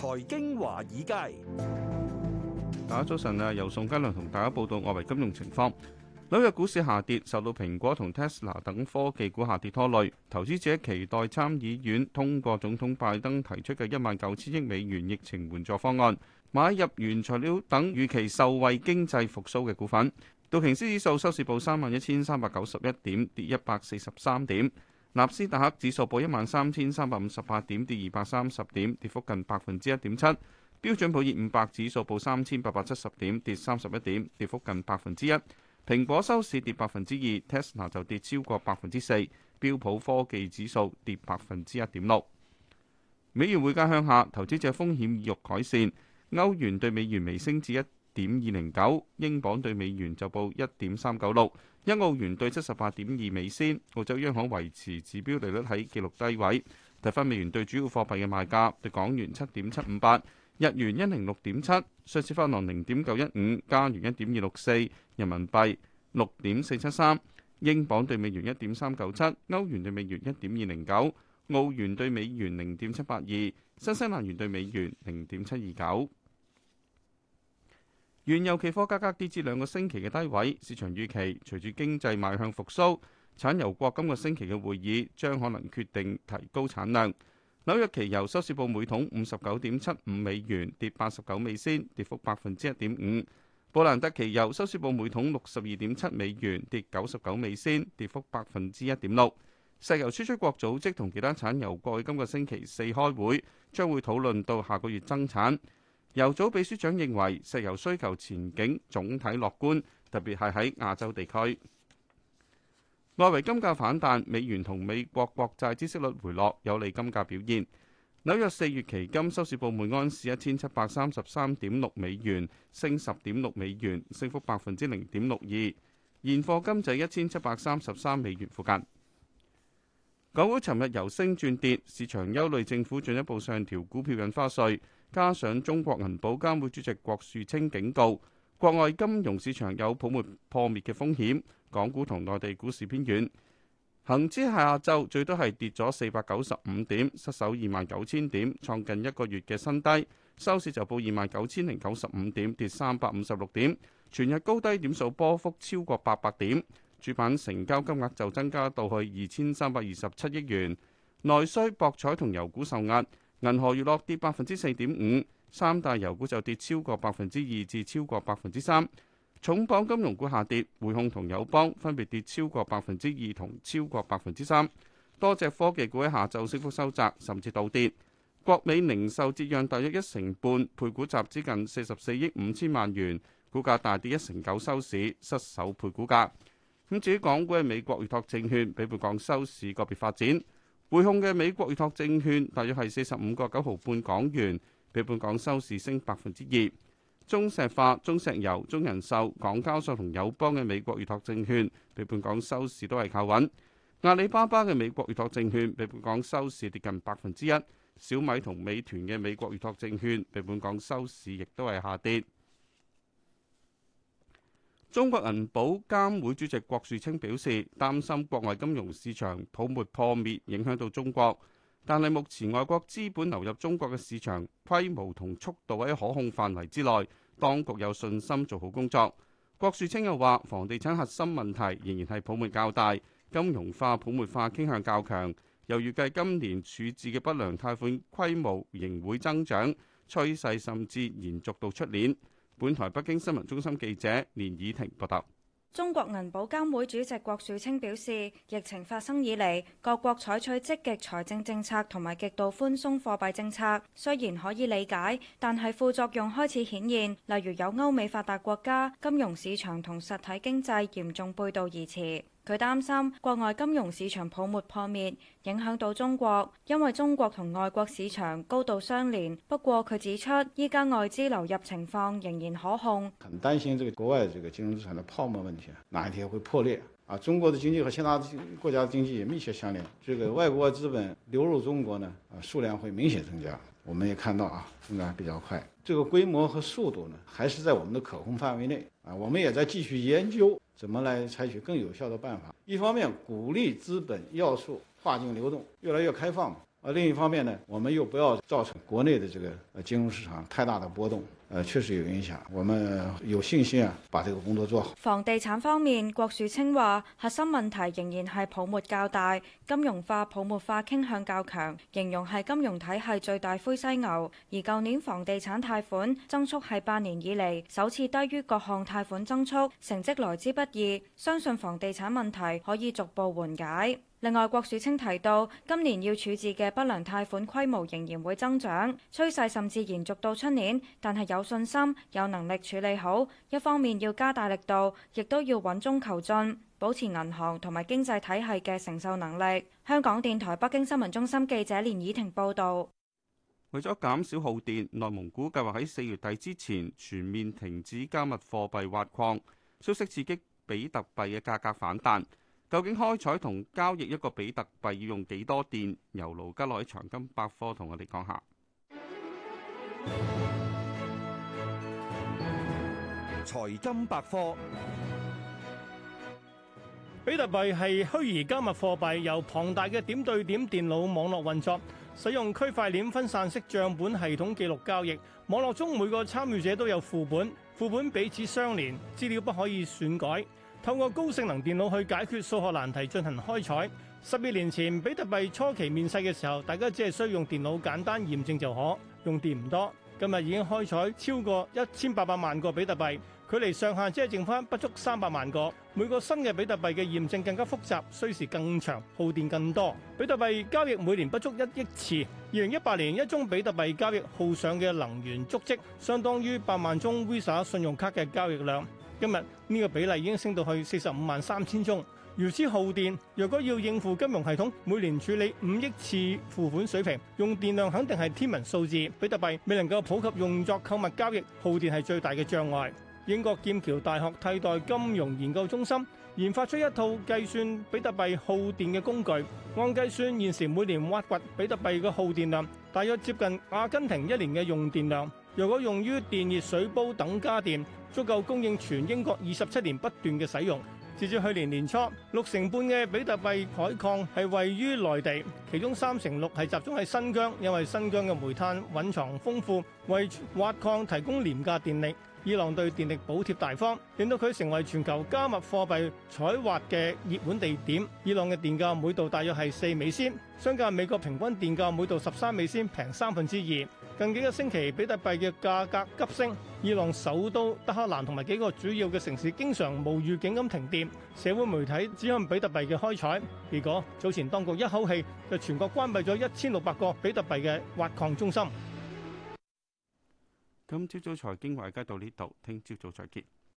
財經華爾街， 大家早晨啊！由宋嘉良同大家報道外圍金融情況。紐約股市下跌，受到蘋果同 Tesla 等科技股下跌拖累。投資者期待參議院通過總統拜登提出嘅19000億美元疫情援助方案，買入原材料等預期受惠經濟復甦嘅股份。道瓊斯指數收市報31391點，跌143點。納斯達克指數報13358點，跌230點，跌幅近1.7%。標準普爾500指數報3870點，跌31點，跌幅近1%。蘋果收市跌2%， Tesla 就跌超過4%，標普科技指數跌1.6%。美元匯價向下，投資者風險意欲改善。歐元對美元微升至1.209，英鎊對美元就報1.396，一澳元對78.2美仙。澳洲央行維持指標利率喺紀錄低位。睇返美元對主要貨幣嘅賣價，對港元7.758，日元106.7，瑞士法郎0.915，加元1.264，人民幣6.473，英鎊對美元1.397，歐元對美元1.209，澳元對美元0.782，新西蘭元對美元0.729。原油期貨價格跌至2個星期嘅低位，市場預期隨住經濟邁向復甦，產油國今個星期嘅會議將可能決定提高產量。紐約期油收市報每桶59.75美元，跌89美仙，跌幅1.5%。布蘭特期油收市報每桶62.7美元，跌99美仙，跌幅1.6%。石油輸出國組織同其他產油國喺今個星期四開會，將會討論到下個月增產。油組秘書長認為石油需求前景總體樂觀，特別係喺亞洲地區。外圍金價反彈，美元同美國國債孳息率回落，有利金價表現。紐約4月期金收市報每安士1733.6美元，升10.6美元，升幅0.62%。現貨金就1733美元附近。港股尋日由升轉跌，市場憂慮政府進一步上調股票印花稅，加上中國銀保監會主席郭樹清警告，國外金融市場有泡沫破滅嘅風險，港股同內地股市偏軟。恒指下晝最多係跌咗495點，失守29,000點，創近一個月嘅新低。收市就報29,095點，跌356點，全日高低點數波幅超過800點。主板成交金額就增加到去2327億元。內需、博彩同油股受壓，銀河娛樂跌4.5%，三大油股就跌超過2%至超過3%。重磅金融股下跌，匯控同友邦分別跌超過2%同超過3%。多隻科技股喺下晝升幅收窄，甚至倒跌。國美零售折讓大約1成半，配股集資近44億5千萬元，股價大跌1.9%收市，失守配股價。咁至於港股嘅美國預託證券，比本港收市個別發展。匯控嘅美國預託證券大約係45個9毫半港元，比本港收市升2%。中石化、中石油、中人壽、港交所同友邦嘅美國預託證券，比本港收市都係靠穩。阿里巴巴嘅美國預託證券比本港收市跌近1%。小米同美團嘅美國預託證券比本港收市亦都係下跌。中國銀保監會主席郭樹清表示，擔心國外金融市場泡沫破滅影響到中國，但係目前外國資本流入中國嘅市場規模同速度喺可控範圍之內，當局有信心做好工作。郭樹清又話，房地產核心問題仍然係泡沫較大，金融化泡沫化傾向較強，又預計今年處置嘅不良貸款規模仍會增長，趨勢甚至延續到出年。本台北京新聞中心記者連以婷報道。 中國銀保監會主席郭樹清表示，疫情發生以嚟，各國採取積極財政政策同埋極度寬鬆貨幣政策，雖然可以理解，但係副作用開始顯現，例如有歐美發達國家金融市場同實體經濟嚴重背道而馳。佢擔心國外金融市場泡沫破滅，影響到中國，因為中國同外國市場高度相連。不過佢指出，依家外資流入情況仍然可控。 很擔心這個國外這個金融資產的泡沫問題，哪一天會破裂啊？中國的經濟和其他國家的經濟也密切相連，這個外國資本流入中國呢，數量會明顯增加。我們也看到啊，增長比較快，這個規模和速度呢，還是在我們的可控範圍內啊。我們也在繼續研究怎麼來採取更有效的辦法。一方面鼓勵資本要素跨境流動越來越開放， 另一方面呢，我们又不要造成国内的这个金融市场太大的波动，确实有影响。我们有信心把这个工作做好。 房地產方面，郭樹清話核心問題仍然係泡沫較大，金融化泡沫化傾向較強，形容係金融體系最大灰犀牛。而舊年房地產貸款增速係8年以嚟首次低於各項貸款增速，成績來之不易，相信房地產問題可以逐步緩解。另外，郭樹清提到，今年要處置嘅不良貸款規模仍然會增長，趨勢甚至延續到出年，但係有信心、有能力處理好。一方面要加大力度，亦都要穩中求進，保持銀行同埋經濟體系嘅承受能力。香港電台北京新聞中心記者連以婷報導。 為咗減少耗電，內蒙古計劃喺4月底之前全面停止加密貨幣挖礦，消息刺激比特幣嘅價格反彈。究竟開採同交易一個比特幣要用幾多電？由盧吉樂喺財金百科同我哋講下。 財金百科， 比特幣係虛擬加密貨幣，由龐大嘅點對點電腦網絡運作，使用區塊鏈分散式帳本系統記錄交易。網絡中每個參與者都有副本，副本彼此相連，資料不可以篡改。透過高性能電腦去解決數學難題進行開採。12年前比特幣初期面世嘅時候，大家只係需要用電腦簡單驗證就可，用電唔多。今日已經開採超過1800萬個比特幣，距離上限只係剩翻不足300萬個。每個新嘅比特幣嘅驗證更加複雜，需時更長，耗電更多。比特幣交易每年不足1億次。2018年一宗比特幣交易耗上嘅能源足跡，相當於8萬宗 Visa 信用卡嘅交易量。今日呢個比例已經升到去453000宗。如此耗電，若果要應付金融系統每年處理5億次付款水平，用電量肯定係天文數字。比特幣未能夠普及用作購物交易，耗電係最大嘅障礙。英國劍橋大學替代金融研究中心研發出一套計算比特幣耗電嘅工具。按計算，現時每年挖掘比特幣嘅耗電量大約接近阿根廷1年嘅用電量。若果用於電熱水煲等家電，足夠供應全英國27年不斷嘅使用。截至去年年初，60%嘅比特幣採礦係位於內地，其中6%係集中喺新疆，因為新疆嘅煤炭蘊藏豐富，為挖礦提供廉價電力。伊朗對電力補貼大方，令到佢成為全球加密貨幣採挖嘅熱門地點。伊朗嘅電價每度大約係4美仙，相較美國平均電價每度13美仙平2/3。近幾個星期，比特幣嘅價格急升。伊朗首都德黑蘭同埋幾個主要嘅城市經常無預警咁停電，社會媒體指控比特幣嘅開採。結果早前當局一口氣就全國關閉咗1600個比特幣嘅挖礦中心。 今朝早財經華爾街到呢度，聽朝早再見。